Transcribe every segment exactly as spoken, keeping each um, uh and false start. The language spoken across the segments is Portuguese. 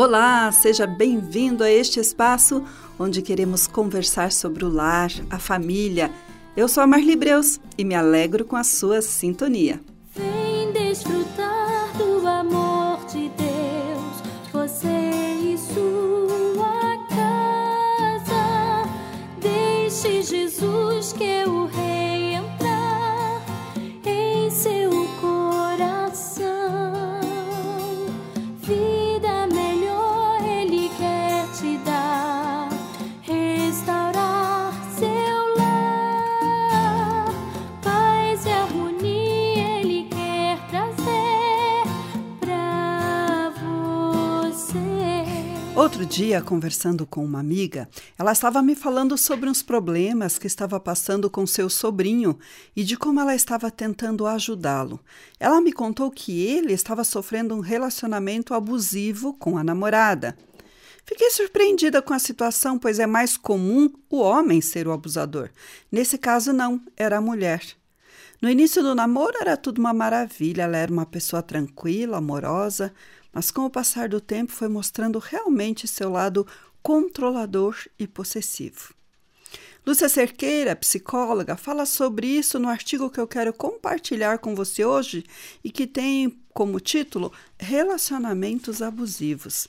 Olá, seja bem-vindo a este espaço onde queremos conversar sobre o lar, a família. Eu sou a Marli Breus e me alegro com a sua sintonia. Vem desfrutar do amor de Deus, você e sua casa. Deixe Jesus, que é o Rei, entrar em seu coração. Vida melhor Ele quer te dar, restaurar seu lar. Paz e harmonia Ele quer trazer pra você. Outro dia, conversando com uma amiga, ela estava me falando sobre uns problemas que estava passando com seu sobrinho e de como ela estava tentando ajudá-lo. Ela me contou que ele estava sofrendo um relacionamento abusivo com a namorada. Fiquei surpreendida com a situação, pois é mais comum o homem ser o abusador. Nesse caso, não, era a mulher. No início do namoro era tudo uma maravilha, ela era uma pessoa tranquila, amorosa, mas com o passar do tempo foi mostrando realmente seu lado controlador e possessivo. Lúcia Cerqueira, psicóloga, fala sobre isso no artigo que eu quero compartilhar com você hoje e que tem como título Relacionamentos Abusivos.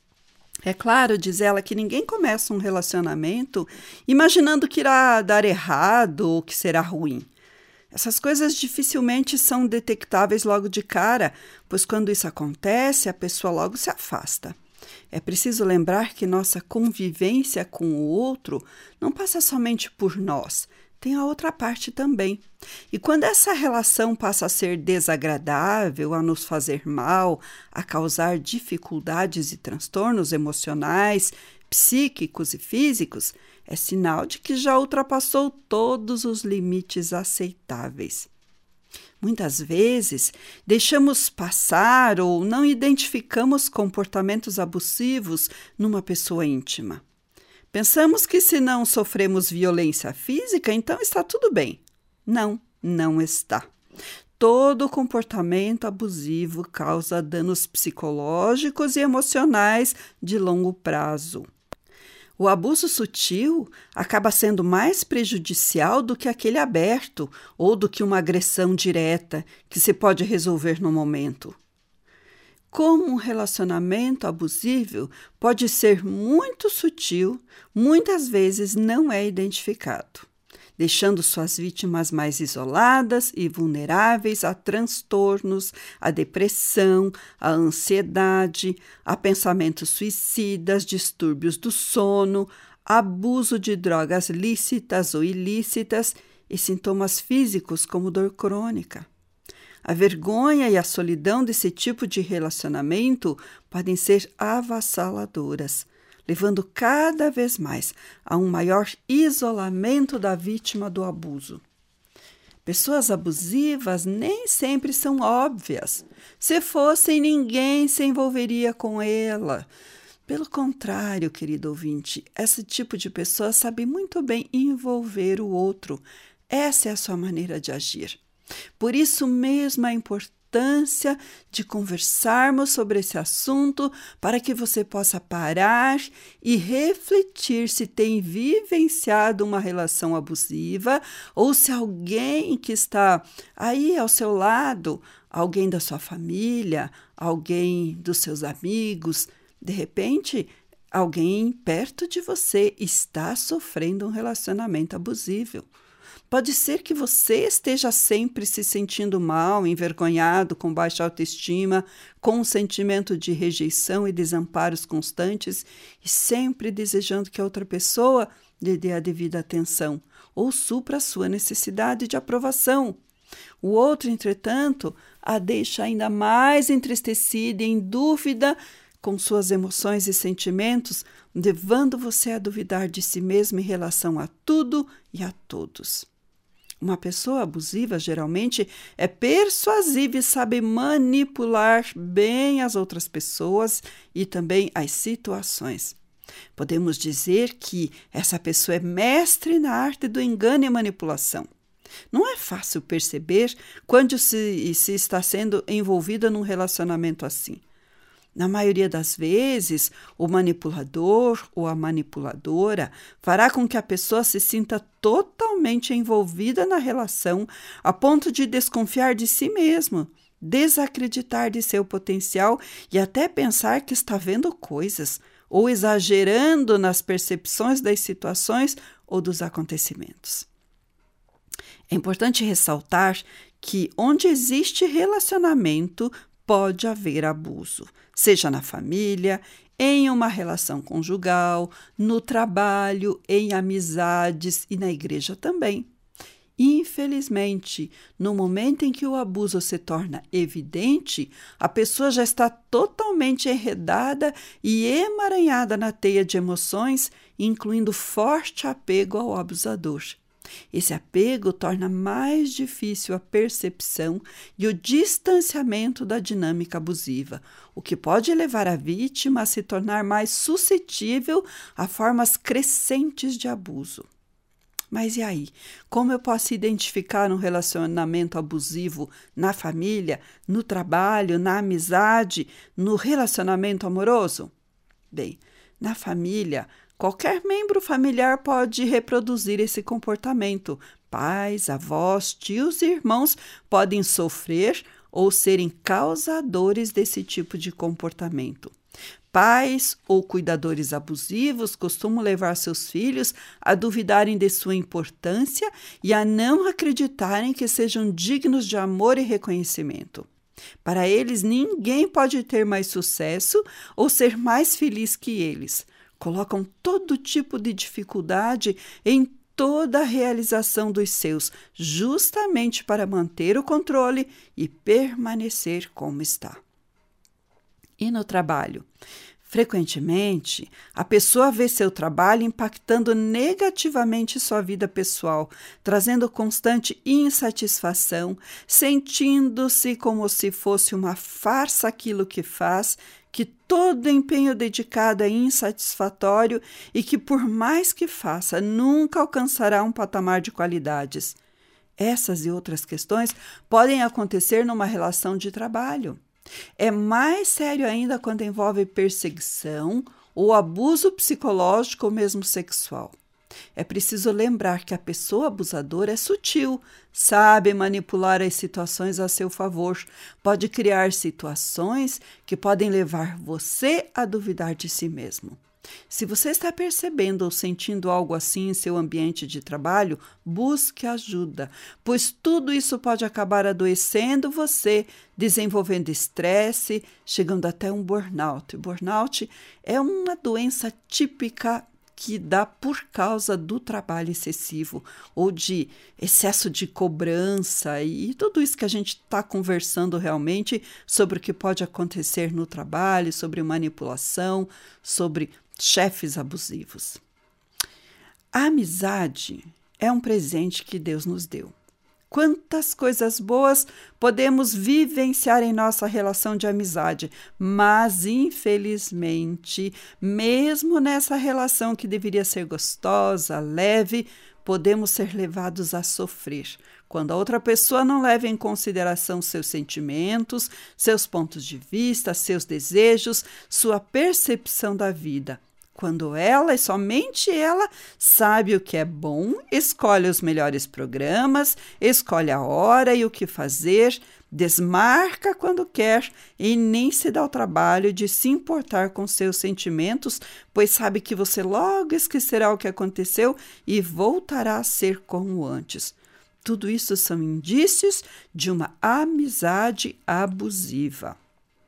É claro, diz ela, que ninguém começa um relacionamento imaginando que irá dar errado ou que será ruim. Essas coisas dificilmente são detectáveis logo de cara, pois quando isso acontece, a pessoa logo se afasta. É preciso lembrar que nossa convivência com o outro não passa somente por nós, tem a outra parte também. E quando essa relação passa a ser desagradável, a nos fazer mal, a causar dificuldades e transtornos emocionais, psíquicos e físicos, é sinal de que já ultrapassou todos os limites aceitáveis. Muitas vezes, deixamos passar ou não identificamos comportamentos abusivos numa pessoa íntima. Pensamos que se não sofremos violência física, então está tudo bem. Não, não está. Todo comportamento abusivo causa danos psicológicos e emocionais de longo prazo. O abuso sutil acaba sendo mais prejudicial do que aquele aberto ou do que uma agressão direta que se pode resolver no momento. Como um relacionamento abusivo pode ser muito sutil, muitas vezes não é identificado, deixando suas vítimas mais isoladas e vulneráveis a transtornos, a depressão, a ansiedade, a pensamentos suicidas, distúrbios do sono, abuso de drogas lícitas ou ilícitas e sintomas físicos como dor crônica. A vergonha e a solidão desse tipo de relacionamento podem ser avassaladoras, levando cada vez mais a um maior isolamento da vítima do abuso. Pessoas abusivas nem sempre são óbvias. Se fossem, ninguém se envolveria com ela. Pelo contrário, querido ouvinte, esse tipo de pessoa sabe muito bem envolver o outro. Essa é a sua maneira de agir. Por isso mesmo a importância de conversarmos sobre esse assunto para que você possa parar e refletir se tem vivenciado uma relação abusiva ou se alguém que está aí ao seu lado, alguém da sua família, alguém dos seus amigos, de repente alguém perto de você está sofrendo um relacionamento abusivo. Pode ser que você esteja sempre se sentindo mal, envergonhado, com baixa autoestima, com um sentimento de rejeição e desamparos constantes e sempre desejando que a outra pessoa lhe dê a devida atenção ou supra a sua necessidade de aprovação. O outro, entretanto, a deixa ainda mais entristecida e em dúvida com suas emoções e sentimentos, levando você a duvidar de si mesmo em relação a tudo e a todos. Uma pessoa abusiva geralmente é persuasiva e sabe manipular bem as outras pessoas e também as situações. Podemos dizer que essa pessoa é mestre na arte do engano e manipulação. Não é fácil perceber quando se, se está sendo envolvida num relacionamento assim. Na maioria das vezes, o manipulador ou a manipuladora fará com que a pessoa se sinta totalmente envolvida na relação, a ponto de desconfiar de si mesmo, desacreditar de seu potencial e até pensar que está vendo coisas ou exagerando nas percepções das situações ou dos acontecimentos. É importante ressaltar que onde existe relacionamento, pode haver abuso, seja na família, em uma relação conjugal, no trabalho, em amizades e na igreja também. Infelizmente, no momento em que o abuso se torna evidente, a pessoa já está totalmente enredada e emaranhada na teia de emoções, incluindo forte apego ao abusador. Esse apego torna mais difícil a percepção e o distanciamento da dinâmica abusiva, o que pode levar a vítima a se tornar mais suscetível a formas crescentes de abuso. Mas e aí? Como eu posso identificar um relacionamento abusivo na família, no trabalho, na amizade, no relacionamento amoroso? Bem, na família, qualquer membro familiar pode reproduzir esse comportamento. Pais, avós, tios e irmãos podem sofrer ou serem causadores desse tipo de comportamento. Pais ou cuidadores abusivos costumam levar seus filhos a duvidarem de sua importância e a não acreditarem que sejam dignos de amor e reconhecimento. Para eles, ninguém pode ter mais sucesso ou ser mais feliz que eles. Colocam todo tipo de dificuldade em toda a realização dos seus, justamente para manter o controle e permanecer como está. E no trabalho? Frequentemente, a pessoa vê seu trabalho impactando negativamente sua vida pessoal, trazendo constante insatisfação, sentindo-se como se fosse uma farsa aquilo que faz, que todo empenho dedicado é insatisfatório e que, por mais que faça, nunca alcançará um patamar de qualidades. Essas e outras questões podem acontecer numa relação de trabalho. É mais sério ainda quando envolve perseguição ou abuso psicológico ou mesmo sexual. É preciso lembrar que a pessoa abusadora é sutil, sabe manipular as situações a seu favor, pode criar situações que podem levar você a duvidar de si mesmo. Se você está percebendo ou sentindo algo assim em seu ambiente de trabalho, busque ajuda, pois tudo isso pode acabar adoecendo você, desenvolvendo estresse, chegando até um burnout. Burnout é uma doença típica que dá por causa do trabalho excessivo ou de excesso de cobrança e tudo isso que a gente está conversando realmente sobre o que pode acontecer no trabalho, sobre manipulação, sobre chefes abusivos. A amizade é um presente que Deus nos deu. Quantas coisas boas podemos vivenciar em nossa relação de amizade, mas, infelizmente, mesmo nessa relação que deveria ser gostosa, leve, podemos ser levados a sofrer, quando a outra pessoa não leva em consideração seus sentimentos, seus pontos de vista, seus desejos, sua percepção da vida. Quando ela, e somente ela, sabe o que é bom, escolhe os melhores programas, escolhe a hora e o que fazer, desmarca quando quer e nem se dá o trabalho de se importar com seus sentimentos, pois sabe que você logo esquecerá o que aconteceu e voltará a ser como antes. Tudo isso são indícios de uma amizade abusiva.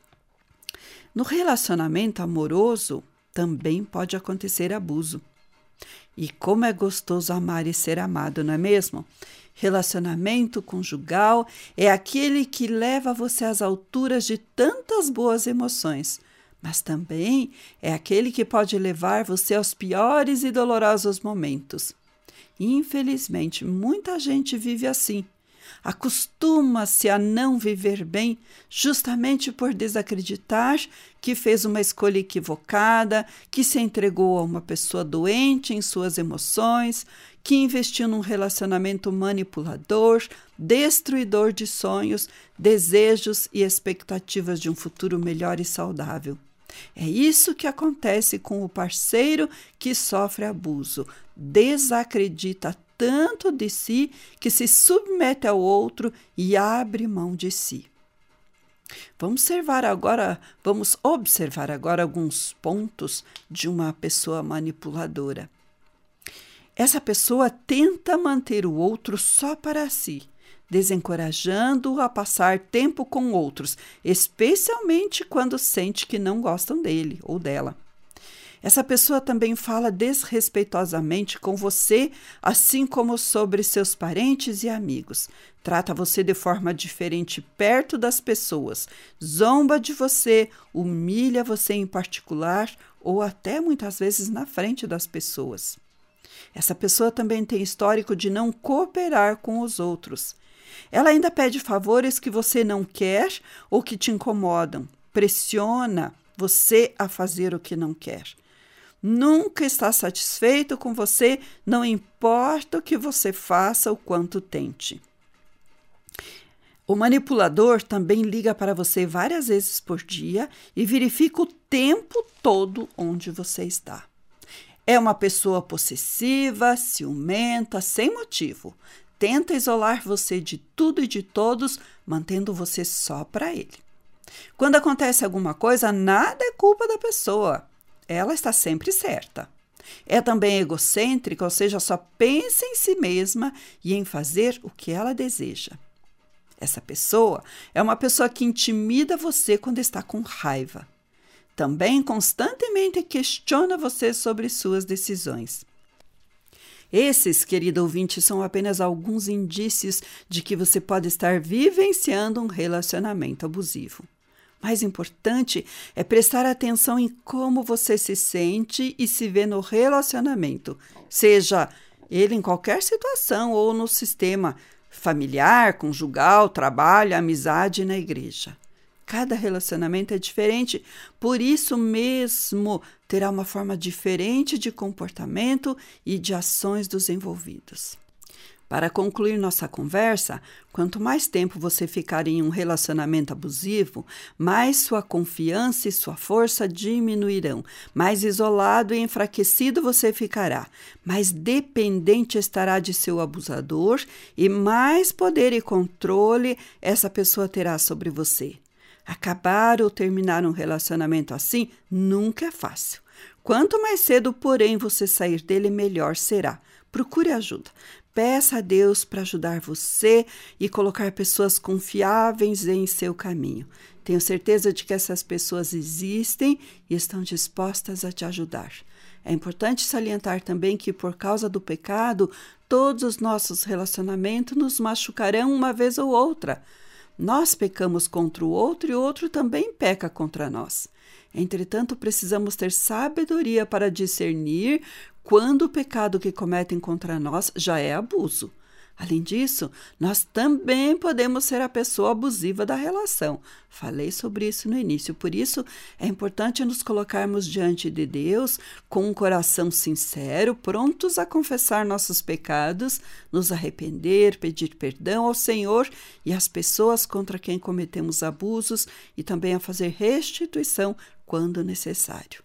No relacionamento amoroso, também pode acontecer abuso. E como é gostoso amar e ser amado, não é mesmo? Relacionamento conjugal é aquele que leva você às alturas de tantas boas emoções, mas também é aquele que pode levar você aos piores e dolorosos momentos. Infelizmente, muita gente vive assim. Acostuma-se a não viver bem justamente por desacreditar que fez uma escolha equivocada, que se entregou a uma pessoa doente em suas emoções, que investiu num relacionamento manipulador, destruidor de sonhos, desejos e expectativas de um futuro melhor e saudável. É isso que acontece com o parceiro que sofre abuso. Desacredita tanto de si que se submete ao outro e abre mão de si. Vamos observar agora, vamos observar agora alguns pontos de uma pessoa manipuladora. Essa pessoa tenta manter o outro só para si, desencorajando-o a passar tempo com outros, especialmente quando sente que não gostam dele ou dela. Essa pessoa também fala desrespeitosamente com você, assim como sobre seus parentes e amigos. Trata você de forma diferente perto das pessoas, zomba de você, humilha você em particular ou até muitas vezes na frente das pessoas. Essa pessoa também tem histórico de não cooperar com os outros. Ela ainda pede favores que você não quer ou que te incomodam, pressiona você a fazer o que não quer. Nunca está satisfeito com você, não importa o que você faça ou quanto tente. O manipulador também liga para você várias vezes por dia e verifica o tempo todo onde você está. É uma pessoa possessiva, ciumenta, sem motivo. Tenta isolar você de tudo e de todos, mantendo você só para ele. Quando acontece alguma coisa, nada é culpa da pessoa. Ela está sempre certa. É também egocêntrica, ou seja, só pensa em si mesma e em fazer o que ela deseja. Essa pessoa é uma pessoa que intimida você quando está com raiva. Também constantemente questiona você sobre suas decisões. Esses, querido ouvinte, são apenas alguns indícios de que você pode estar vivenciando um relacionamento abusivo. Mais importante é prestar atenção em como você se sente e se vê no relacionamento, seja ele em qualquer situação ou no sistema familiar, conjugal, trabalho, amizade e na igreja. Cada relacionamento é diferente, por isso mesmo terá uma forma diferente de comportamento e de ações dos envolvidos. Para concluir nossa conversa, quanto mais tempo você ficar em um relacionamento abusivo, mais sua confiança e sua força diminuirão, mais isolado e enfraquecido você ficará, mais dependente estará de seu abusador e mais poder e controle essa pessoa terá sobre você. Acabar ou terminar um relacionamento assim nunca é fácil. Quanto mais cedo, porém, você sair dele, melhor será. Procure ajuda. Peça a Deus para ajudar você e colocar pessoas confiáveis em seu caminho. Tenho certeza de que essas pessoas existem e estão dispostas a te ajudar. É importante salientar também que, por causa do pecado, todos os nossos relacionamentos nos machucarão uma vez ou outra. Nós pecamos contra o outro e o outro também peca contra nós. Entretanto, precisamos ter sabedoria para discernir quando o pecado que cometem contra nós já é abuso. Além disso, nós também podemos ser a pessoa abusiva da relação. Falei sobre isso no início, por isso é importante nos colocarmos diante de Deus com um coração sincero, prontos a confessar nossos pecados, nos arrepender, pedir perdão ao Senhor e às pessoas contra quem cometemos abusos e também a fazer restituição quando necessário.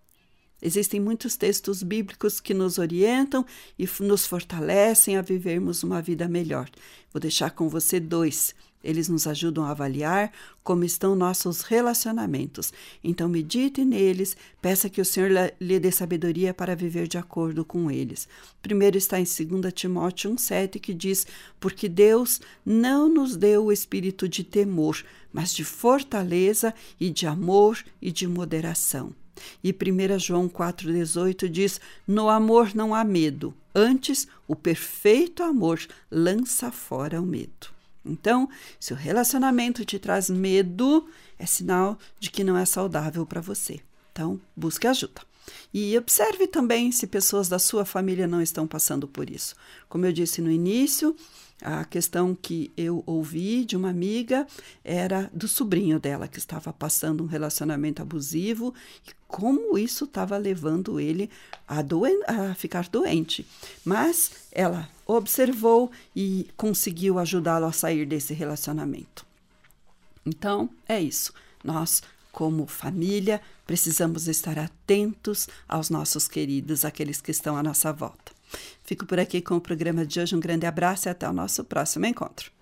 Existem muitos textos bíblicos que nos orientam e nos fortalecem a vivermos uma vida melhor. Vou deixar com você dois. Eles nos ajudam a avaliar como estão nossos relacionamentos. Então, medite neles, peça que o Senhor lhe dê sabedoria para viver de acordo com eles. Primeiro está em dois Timóteo um, sete, que diz: porque Deus não nos deu o espírito de temor, mas de fortaleza e de amor e de moderação. E primeiro João quatro, dezoito diz: no amor não há medo, antes o perfeito amor lança fora o medo. Então, se o relacionamento te traz medo, é sinal de que não é saudável para você. Então, busque ajuda. E observe também se pessoas da sua família não estão passando por isso. Como eu disse no início, a questão que eu ouvi de uma amiga era do sobrinho dela, que estava passando um relacionamento abusivo e como isso estava levando ele a, doen- a ficar doente. Mas ela observou e conseguiu ajudá-lo a sair desse relacionamento. Então, é isso. Nós, como família, precisamos estar atentos aos nossos queridos, aqueles que estão à nossa volta. Fico por aqui com o programa de hoje. Um grande abraço e até o nosso próximo encontro.